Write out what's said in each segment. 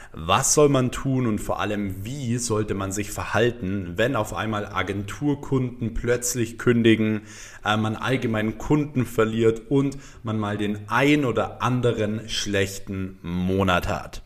Was soll man tun und vor allem wie sollte man sich verhalten, wenn auf einmal Agenturkunden plötzlich kündigen, man allgemein Kunden verliert und man mal den ein oder anderen schlechten Monat hat?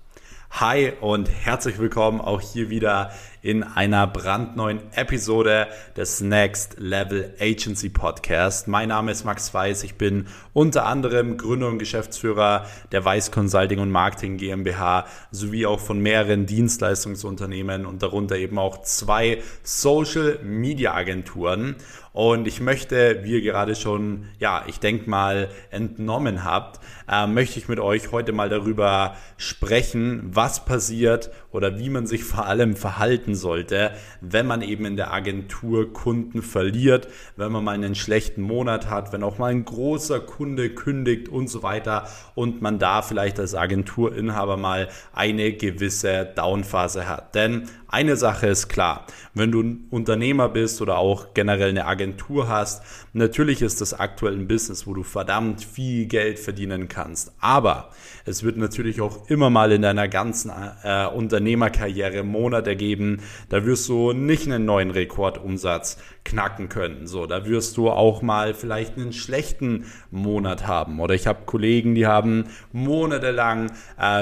Hi und herzlich willkommen auch hier wieder in einer brandneuen Episode des Next Level Agency Podcast. Mein Name ist Max Weiß, ich bin unter anderem Gründer und Geschäftsführer der Weiß Consulting und Marketing GmbH sowie auch von mehreren Dienstleistungsunternehmen und darunter eben auch 2 Social Media Agenturen. Und ich möchte, wie ihr gerade schon, ich denke mal, entnommen habt, möchte ich mit euch heute mal darüber sprechen, was passiert oder wie man sich vor allem verhalten sollte, wenn man eben in der Agentur Kunden verliert, wenn man mal einen schlechten Monat hat, wenn auch mal ein großer Kunde kündigt und so weiter und man da vielleicht als Agenturinhaber mal eine gewisse Downphase hat. Denn eine Sache ist klar, wenn du ein Unternehmer bist oder auch generell eine Agentur hast, natürlich ist das aktuell ein Business, wo du verdammt viel Geld verdienen kannst. Aber es wird natürlich auch immer mal in deiner ganzen Unternehmerkarriere Monate geben, da wirst du nicht einen neuen Rekordumsatz knacken können. So, da wirst du auch mal vielleicht einen schlechten Monat haben. Oder ich habe Kollegen, die haben monatelang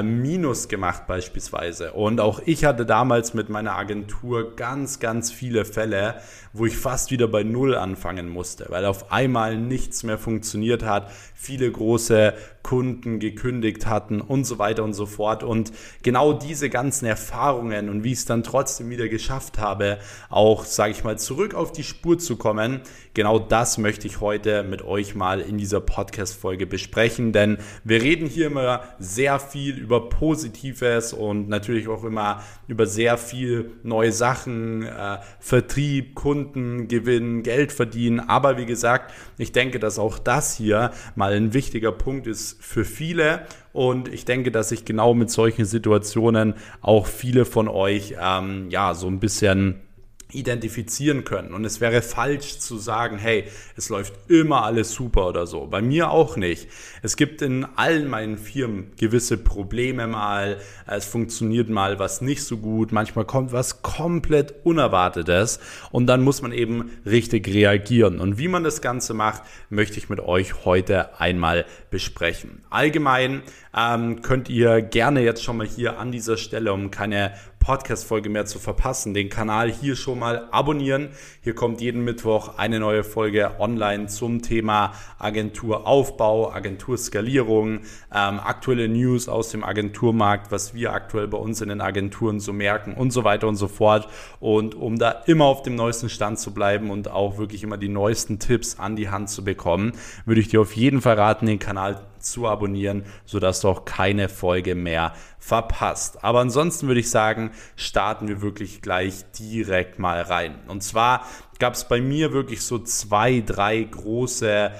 Minus gemacht beispielsweise. Und auch ich hatte damals mit meiner Agentur ganz, ganz viele Fälle, wo ich fast wieder bei Null anfangen musste, weil auf einmal nichts mehr funktioniert hat, viele große Kunden gekündigt hatten und so weiter und so fort. Und genau diese ganzen Erfahrungen und wie ich es dann trotzdem wieder geschafft habe, auch, sage ich mal, zurück auf die Spur zu kommen, genau das möchte ich heute mit euch mal in dieser Podcast-Folge besprechen, denn wir reden hier immer sehr viel über Positives und natürlich auch immer über sehr viel neue Sachen, Vertrieb, Kunden gewinnen, Geld verdienen, aber wie gesagt, ich denke, dass auch das hier mal ein wichtiger Punkt ist für viele und ich denke, dass sich genau mit solchen Situationen auch viele von euch so ein bisschen identifizieren können. Und es wäre falsch zu sagen, hey, es läuft immer alles super oder so. Bei mir auch nicht. Es gibt in allen meinen Firmen gewisse Probleme mal, es funktioniert mal was nicht so gut, manchmal kommt was komplett Unerwartetes und dann muss man eben richtig reagieren. Und wie man das Ganze macht, möchte ich mit euch heute einmal besprechen. Allgemein könnt ihr gerne jetzt schon mal hier an dieser Stelle, um keine Podcast-Folge mehr zu verpassen, den Kanal hier schon mal abonnieren. Hier kommt jeden Mittwoch eine neue Folge online zum Thema Agenturaufbau, Agenturskalierung, aktuelle News aus dem Agenturmarkt, was wir aktuell bei uns in den Agenturen so merken und so weiter und so fort. Und um da immer auf dem neuesten Stand zu bleiben und auch wirklich immer die neuesten Tipps an die Hand zu bekommen, würde ich dir auf jeden Fall raten, den Kanal zu abonnieren, sodass du auch keine Folge mehr verpasst. Aber ansonsten würde ich sagen, starten wir wirklich gleich direkt mal rein. Und zwar gab es bei mir wirklich so 2, 3 große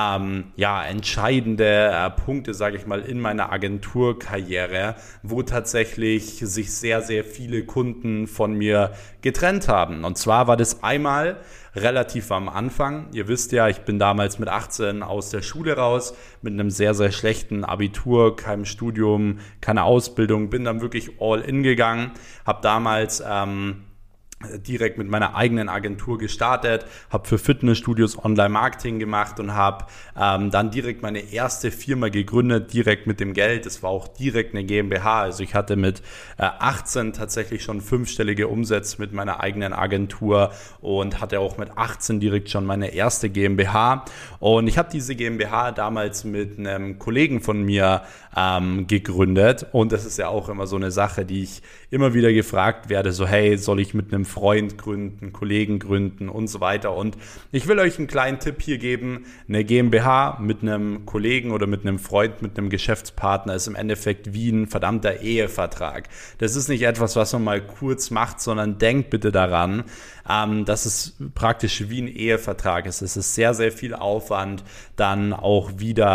entscheidende Punkte, sage ich mal, in meiner Agenturkarriere, wo tatsächlich sich sehr, sehr viele Kunden von mir getrennt haben. Und zwar war das einmal relativ am Anfang. Ihr wisst ja, ich bin damals mit 18 aus der Schule raus, mit einem sehr, sehr schlechten Abitur, keinem Studium, keine Ausbildung, bin dann wirklich all in gegangen, habe damals direkt mit meiner eigenen Agentur gestartet, habe für Fitnessstudios Online-Marketing gemacht und habe dann direkt meine erste Firma gegründet, direkt mit dem Geld. Es war auch direkt eine GmbH, also ich hatte mit 18 tatsächlich schon 5-stellige Umsätze mit meiner eigenen Agentur und hatte auch mit 18 direkt schon meine erste GmbH. Und ich habe diese GmbH damals mit einem Kollegen von mir gegründet und das ist ja auch immer so eine Sache, die ich immer wieder gefragt werde, so hey, soll ich mit einem Freund gründen, Kollegen gründen und so weiter. Und ich will euch einen kleinen Tipp hier geben. Eine GmbH mit einem Kollegen oder mit einem Freund, mit einem Geschäftspartner ist im Endeffekt wie ein verdammter Ehevertrag. Das ist nicht etwas, was man mal kurz macht, sondern denkt bitte daran, dass es praktisch wie ein Ehevertrag ist. Es ist sehr, sehr viel Aufwand, dann auch wieder,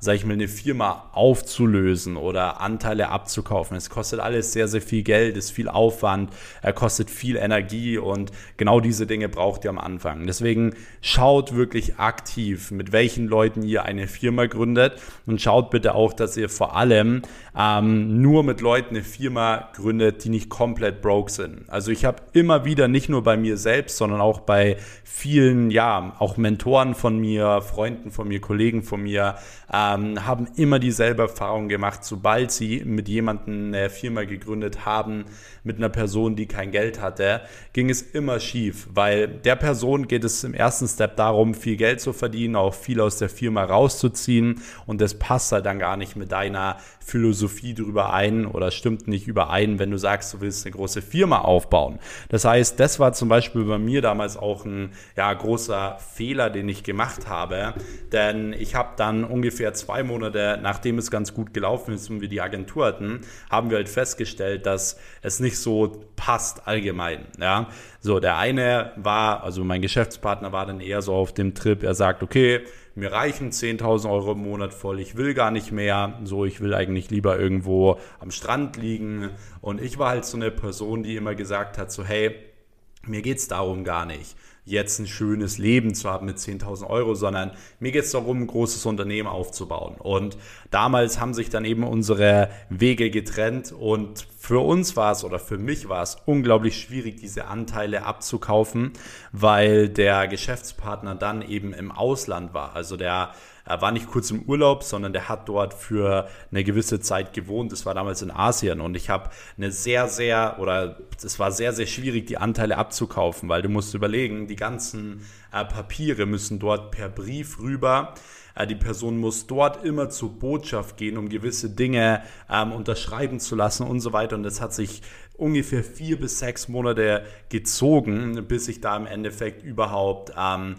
sage ich mal, eine Firma aufzulösen oder Anteile abzukaufen. Es kostet alles sehr, sehr viel Geld, ist viel Aufwand, kostet viel Energie und genau diese Dinge braucht ihr am Anfang. Deswegen schaut wirklich aktiv, mit welchen Leuten ihr eine Firma gründet und schaut bitte auch, dass ihr vor allem nur mit Leuten eine Firma gründet, die nicht komplett broke sind. Also ich habe immer wieder, nicht nur bei mir selbst, sondern auch bei vielen, ja, auch Mentoren von mir, Freunden von mir, Kollegen von mir, haben immer dieselbe Erfahrung gemacht, sobald sie mit jemandem eine Firma gegründet haben, mit einer Person, die kein Geld hatte, ging es immer schief, weil der Person geht es im ersten Step darum, viel Geld zu verdienen, auch viel aus der Firma rauszuziehen und das passt halt dann gar nicht mit deiner Philosophie drüber ein oder stimmt nicht überein, wenn du sagst, du willst eine große Firma aufbauen. Das heißt, das war zum Beispiel bei mir damals auch ein großer Fehler, den ich gemacht habe, denn ich habe dann ungefähr 2 Monate, nachdem es ganz gut gelaufen ist und wir die Agentur hatten, haben wir halt festgestellt, dass es nicht so passt allgemein. Ja? So, der eine war, also mein Geschäftspartner war dann eher so auf dem Trip, er sagt, okay, mir reichen 10.000 Euro im Monat voll, ich will gar nicht mehr, so, ich will eigentlich lieber irgendwo am Strand liegen und ich war halt so eine Person, die immer gesagt hat, so hey, mir geht's darum gar nicht, jetzt ein schönes Leben zu haben mit 10.000 Euro, sondern mir geht es darum, ein großes Unternehmen aufzubauen. Und damals haben sich dann eben unsere Wege getrennt und für uns war es oder für mich war es unglaublich schwierig, diese Anteile abzukaufen, weil der Geschäftspartner dann eben im Ausland war. Also er war nicht kurz im Urlaub, sondern der hat dort für eine gewisse Zeit gewohnt. Das war damals in Asien und ich habe es war sehr, sehr schwierig, die Anteile abzukaufen, weil du musst überlegen, die ganzen Papiere müssen dort per Brief rüber. Die Person muss dort immer zur Botschaft gehen, um gewisse Dinge unterschreiben zu lassen und so weiter. Und das hat sich ungefähr 4 bis 6 Monate gezogen, bis ich da im Endeffekt überhaupt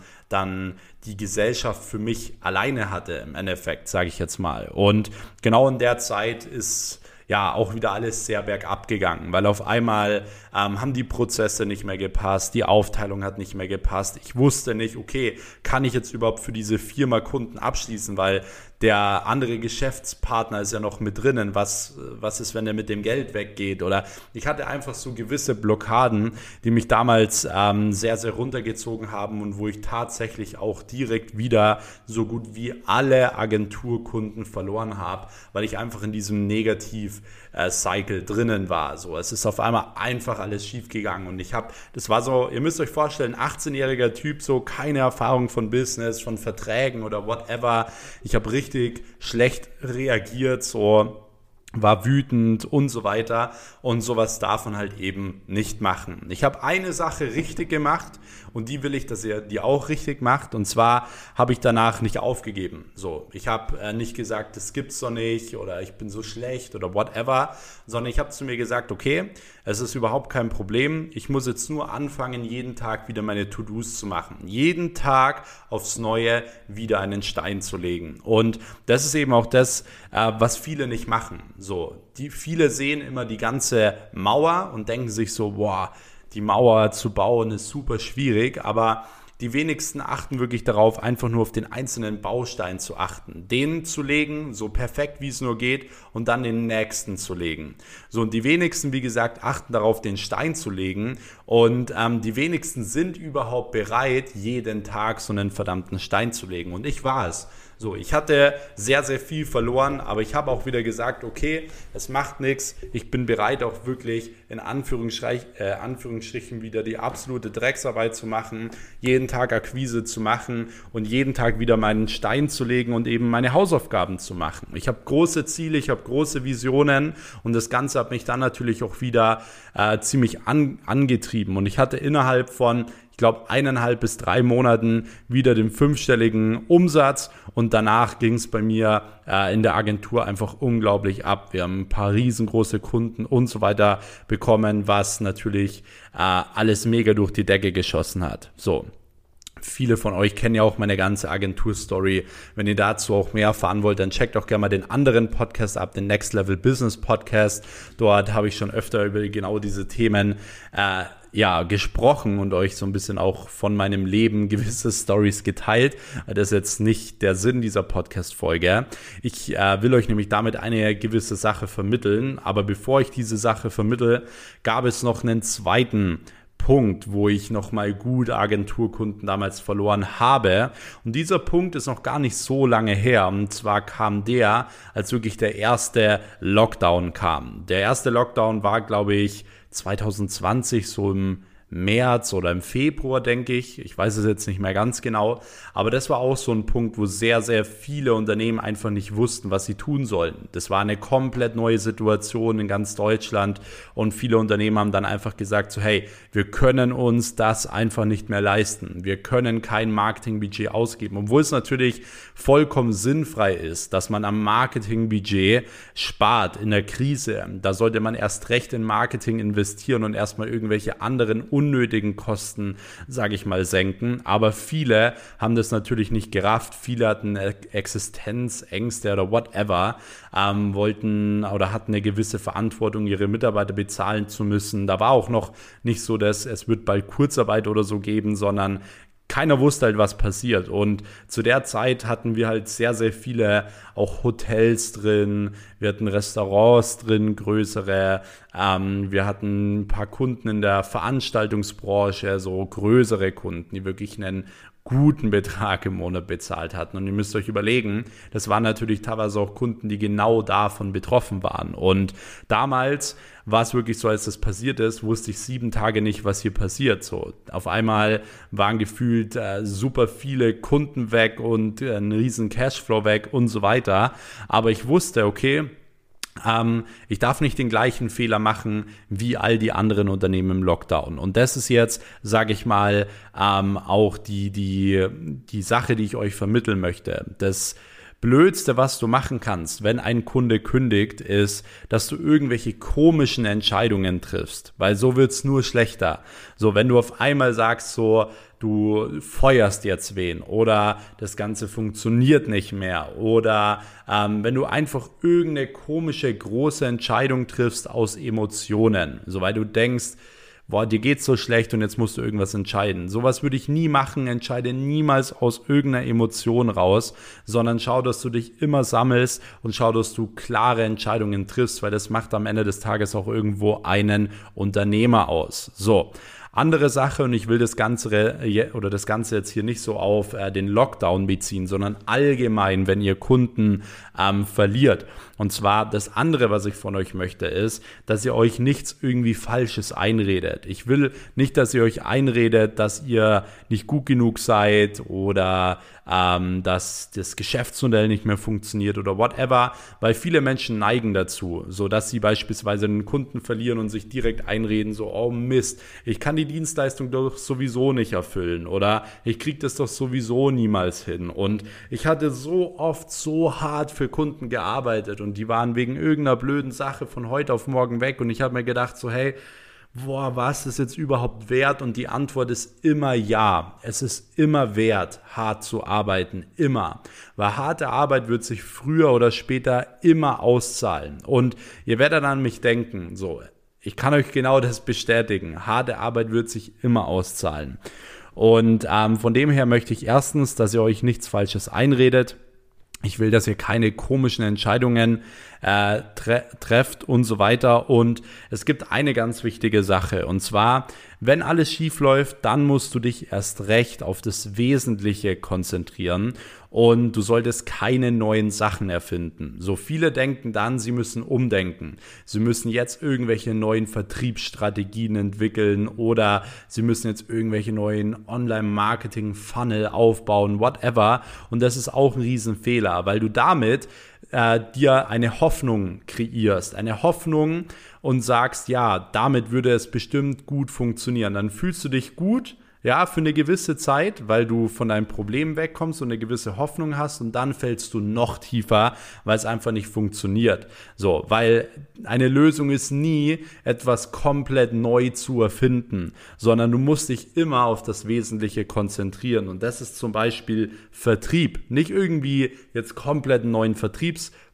dann die Gesellschaft für mich alleine hatte, im Endeffekt, sage ich jetzt mal. Und genau in der Zeit ist auch wieder alles sehr bergab gegangen, weil auf einmal haben die Prozesse nicht mehr gepasst, die Aufteilung hat nicht mehr gepasst. Ich wusste nicht, okay, kann ich jetzt überhaupt für diese Firma Kunden abschließen, weil der andere Geschäftspartner ist ja noch mit drinnen. Was ist, wenn der mit dem Geld weggeht? Oder ich hatte einfach so gewisse Blockaden, die mich damals sehr, sehr runtergezogen haben und wo ich tatsächlich auch direkt wieder so gut wie alle Agenturkunden verloren habe, weil ich einfach in diesem Negativ-Cycle drinnen war. So, es ist auf einmal einfach alles schief gegangen und das war so, ihr müsst euch vorstellen, 18-jähriger Typ, so keine Erfahrung von Business, von Verträgen oder whatever. Ich habe richtig schlecht reagiert, so war wütend und so weiter und sowas darf man halt eben nicht machen. Ich habe eine Sache richtig gemacht und die will ich, dass ihr die auch richtig macht und zwar habe ich danach nicht aufgegeben. So, ich habe nicht gesagt, das gibt's doch nicht oder ich bin so schlecht oder whatever, sondern ich habe zu mir gesagt, okay, es ist überhaupt kein Problem, ich muss jetzt nur anfangen, jeden Tag wieder meine To-Dos zu machen. Jeden Tag aufs Neue wieder einen Stein zu legen und das ist eben auch das, was viele nicht machen. So, viele sehen immer die ganze Mauer und denken sich so, boah, die Mauer zu bauen ist super schwierig, aber die wenigsten achten wirklich darauf, einfach nur auf den einzelnen Baustein zu achten, den zu legen, so perfekt wie es nur geht und dann den nächsten zu legen. So, und die wenigsten, wie gesagt, achten darauf, den Stein zu legen und die wenigsten sind überhaupt bereit, jeden Tag so einen verdammten Stein zu legen und ich war es. So, ich hatte sehr, sehr viel verloren, aber ich habe auch wieder gesagt, okay, es macht nichts. Ich bin bereit, auch wirklich in Anführungsstrichen wieder die absolute Drecksarbeit zu machen, jeden Tag Akquise zu machen und jeden Tag wieder meinen Stein zu legen und eben meine Hausaufgaben zu machen. Ich habe große Ziele, ich habe große Visionen und das Ganze hat mich dann natürlich auch wieder ziemlich angetrieben und ich hatte innerhalb von, ich glaube, 1,5 bis 3 Monaten wieder den 5-stelligen Umsatz und danach ging es bei mir in der Agentur einfach unglaublich ab. Wir haben ein paar riesengroße Kunden und so weiter bekommen, was natürlich alles mega durch die Decke geschossen hat. So. Viele von euch kennen ja auch meine ganze Agentur-Story. Wenn ihr dazu auch mehr erfahren wollt, dann checkt auch gerne mal den anderen Podcast ab, den Next Level Business Podcast. Dort habe ich schon öfter über genau diese Themen gesprochen und euch so ein bisschen auch von meinem Leben gewisse Stories geteilt. Das ist jetzt nicht der Sinn dieser Podcast-Folge. Ich will euch nämlich damit eine gewisse Sache vermitteln, aber bevor ich diese Sache vermittle, gab es noch einen zweiten Punkt, wo ich nochmal gut Agenturkunden damals verloren habe. Und dieser Punkt ist noch gar nicht so lange her. Und zwar kam der, als wirklich der erste Lockdown kam. Der erste Lockdown war, glaube ich, 2020, so im März oder im Februar, denke ich. Ich weiß es jetzt nicht mehr ganz genau. Aber das war auch so ein Punkt, wo sehr, sehr viele Unternehmen einfach nicht wussten, was sie tun sollten. Das war eine komplett neue Situation in ganz Deutschland. Und viele Unternehmen haben dann einfach gesagt, so hey, wir können uns das einfach nicht mehr leisten. Wir können kein Marketingbudget ausgeben. Obwohl es natürlich vollkommen sinnfrei ist, dass man am Marketingbudget spart in der Krise. Da sollte man erst recht in Marketing investieren und erstmal irgendwelche anderen unnötigen Kosten, sage ich mal, senken. Aber viele haben das natürlich nicht gerafft. Viele hatten Existenzängste oder whatever, wollten oder hatten eine gewisse Verantwortung, ihre Mitarbeiter bezahlen zu müssen. Da war auch noch nicht so, dass es wird bald Kurzarbeit oder so geben, sondern keiner wusste halt, was passiert. Und zu der Zeit hatten wir halt sehr, sehr viele auch Hotels drin, wir hatten Restaurants drin, größere, wir hatten ein paar Kunden in der Veranstaltungsbranche, so größere Kunden, die wirklich einen guten Betrag im Monat bezahlt hatten. Und ihr müsst euch überlegen, das waren natürlich teilweise auch Kunden, die genau davon betroffen waren. Und damals war es wirklich so, als das passiert ist, wusste ich 7 Tage nicht, was hier passiert. So, auf einmal waren gefühlt super viele Kunden weg und ein riesen Cashflow weg und so weiter. Aber ich wusste, okay, ich darf nicht den gleichen Fehler machen wie all die anderen Unternehmen im Lockdown. Und das ist jetzt, sage ich mal, auch die Sache, die ich euch vermitteln möchte. Das Blödste, was du machen kannst, wenn ein Kunde kündigt, ist, dass du irgendwelche komischen Entscheidungen triffst, weil so wird's nur schlechter. So, wenn du auf einmal sagst, so, du feuerst jetzt wen oder das Ganze funktioniert nicht mehr oder wenn du einfach irgendeine komische, große Entscheidung triffst aus Emotionen, so weil du denkst, boah, dir geht's so schlecht und jetzt musst du irgendwas entscheiden. Sowas würde ich nie machen, entscheide niemals aus irgendeiner Emotion raus, sondern schau, dass du dich immer sammelst und schau, dass du klare Entscheidungen triffst, weil das macht am Ende des Tages auch irgendwo einen Unternehmer aus. So. Andere Sache, und ich will das Ganze jetzt hier nicht so auf den Lockdown beziehen, sondern allgemein, wenn ihr Kunden verliert. Und zwar das andere, was ich von euch möchte, ist, dass ihr euch nichts irgendwie Falsches einredet. Ich will nicht, dass ihr euch einredet, dass ihr nicht gut genug seid oder dass das Geschäftsmodell nicht mehr funktioniert oder whatever, weil viele Menschen neigen dazu, so dass sie beispielsweise einen Kunden verlieren und sich direkt einreden, so, oh Mist, ich kann die Dienstleistung doch sowieso nicht erfüllen oder ich kriege das doch sowieso niemals hin. Und ich hatte so oft so hart für Kunden gearbeitet und die waren wegen irgendeiner blöden Sache von heute auf morgen weg und ich habe mir gedacht so, hey, boah, was ist jetzt überhaupt wert? Und die Antwort ist immer ja. Es ist immer wert, hart zu arbeiten. Immer. Weil harte Arbeit wird sich früher oder später immer auszahlen. Und ihr werdet an mich denken, so, ich kann euch genau das bestätigen. Harte Arbeit wird sich immer auszahlen. Und von dem her möchte ich erstens, dass ihr euch nichts Falsches einredet. Ich will, dass ihr keine komischen Entscheidungen trefft und so weiter. Und es gibt eine ganz wichtige Sache. Und zwar, wenn alles schief läuft, dann musst du dich erst recht auf das Wesentliche konzentrieren. Und du solltest keine neuen Sachen erfinden. So viele denken dann, sie müssen umdenken. Sie müssen jetzt irgendwelche neuen Vertriebsstrategien entwickeln oder sie müssen jetzt irgendwelche neuen Online-Marketing-Funnel aufbauen, whatever. Und das ist auch ein Riesenfehler, weil du damit dir eine Hoffnung kreierst. Eine Hoffnung und sagst, ja, damit würde es bestimmt gut funktionieren. Dann fühlst du dich gut, ja, für eine gewisse Zeit, weil du von deinem Problem wegkommst und eine gewisse Hoffnung hast und dann fällst du noch tiefer, weil es einfach nicht funktioniert. So, weil eine Lösung ist nie, etwas komplett neu zu erfinden, sondern du musst dich immer auf das Wesentliche konzentrieren und das ist zum Beispiel Vertrieb. Nicht irgendwie jetzt komplett einen neuen Vertriebsprozess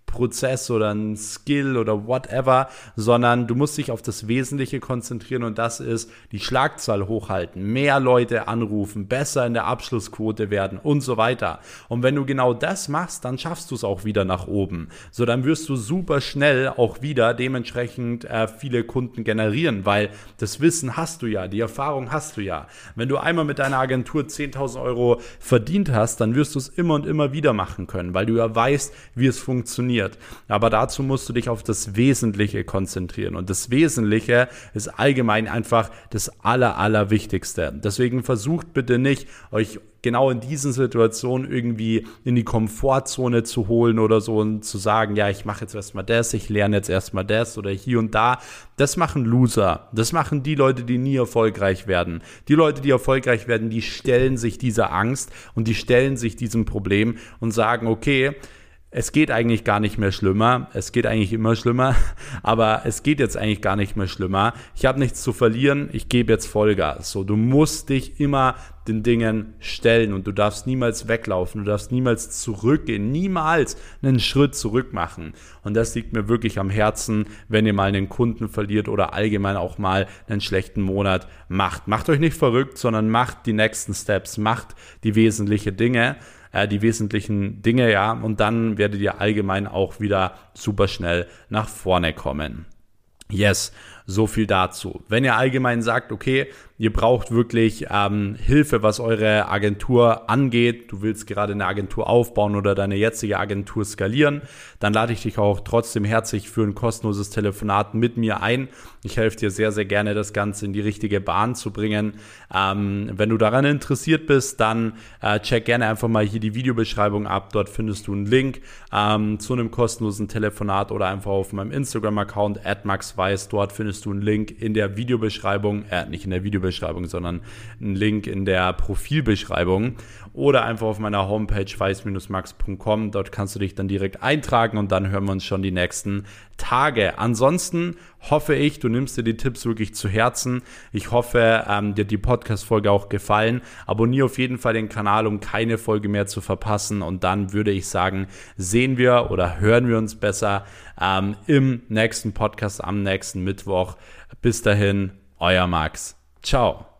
Prozess oder ein Skill oder whatever, sondern du musst dich auf das Wesentliche konzentrieren und das ist die Schlagzahl hochhalten, mehr Leute anrufen, besser in der Abschlussquote werden und so weiter. Und wenn du genau das machst, dann schaffst du es auch wieder nach oben. So, dann wirst du super schnell auch wieder dementsprechend viele Kunden generieren, weil das Wissen hast du ja, die Erfahrung hast du ja. Wenn du einmal mit deiner Agentur 10.000 Euro verdient hast, dann wirst du es immer und immer wieder machen können, weil du ja weißt, wie es funktioniert. Aber dazu musst du dich auf das Wesentliche konzentrieren. Und das Wesentliche ist allgemein einfach das Allerwichtigste. Deswegen versucht bitte nicht, euch genau in diesen Situationen irgendwie in die Komfortzone zu holen oder so und zu sagen, ja, ich mache jetzt erstmal das, ich lerne jetzt erstmal das oder hier und da. Das machen Loser. Das machen die Leute, die nie erfolgreich werden. Die Leute, die erfolgreich werden, die stellen sich dieser Angst und die stellen sich diesem Problem und sagen, okay, es geht eigentlich gar nicht mehr schlimmer, es geht eigentlich immer schlimmer, aber es geht jetzt eigentlich gar nicht mehr schlimmer. Ich habe nichts zu verlieren, ich gebe jetzt Vollgas. So, du musst dich immer den Dingen stellen und du darfst niemals weglaufen, du darfst niemals zurückgehen, niemals einen Schritt zurück machen. Und das liegt mir wirklich am Herzen, wenn ihr mal einen Kunden verliert oder allgemein auch mal einen schlechten Monat macht. Macht euch nicht verrückt, sondern macht die nächsten Steps, macht die wesentlichen Dinge, ja, und dann werdet ihr allgemein auch wieder super schnell nach vorne kommen. Yes, so viel dazu. Wenn ihr allgemein sagt, okay, ihr braucht wirklich Hilfe, was eure Agentur angeht, du willst gerade eine Agentur aufbauen oder deine jetzige Agentur skalieren, dann lade ich dich auch trotzdem herzlich für ein kostenloses Telefonat mit mir ein. Ich helfe dir sehr, sehr gerne, das Ganze in die richtige Bahn zu bringen. Wenn du daran interessiert bist, dann check gerne einfach mal hier die Videobeschreibung ab. Dort findest du einen Link zu einem kostenlosen Telefonat oder einfach auf meinem Instagram-Account @maxweiss. Dort findest du einen Link in der Videobeschreibung, nicht in der Videobeschreibung, sondern einen Link in der Profilbeschreibung oder einfach auf meiner Homepage weiss-max.com. Dort kannst du dich dann direkt eintragen und dann hören wir uns schon die nächsten Tage. Ansonsten hoffe ich, du nimmst dir die Tipps wirklich zu Herzen. Ich hoffe, dir hat die Podcast-Folge auch gefallen. Abonniere auf jeden Fall den Kanal, um keine Folge mehr zu verpassen. Und dann würde ich sagen, sehen wir oder hören wir uns besser im nächsten Podcast am nächsten Mittwoch. Bis dahin, euer Max. Ciao.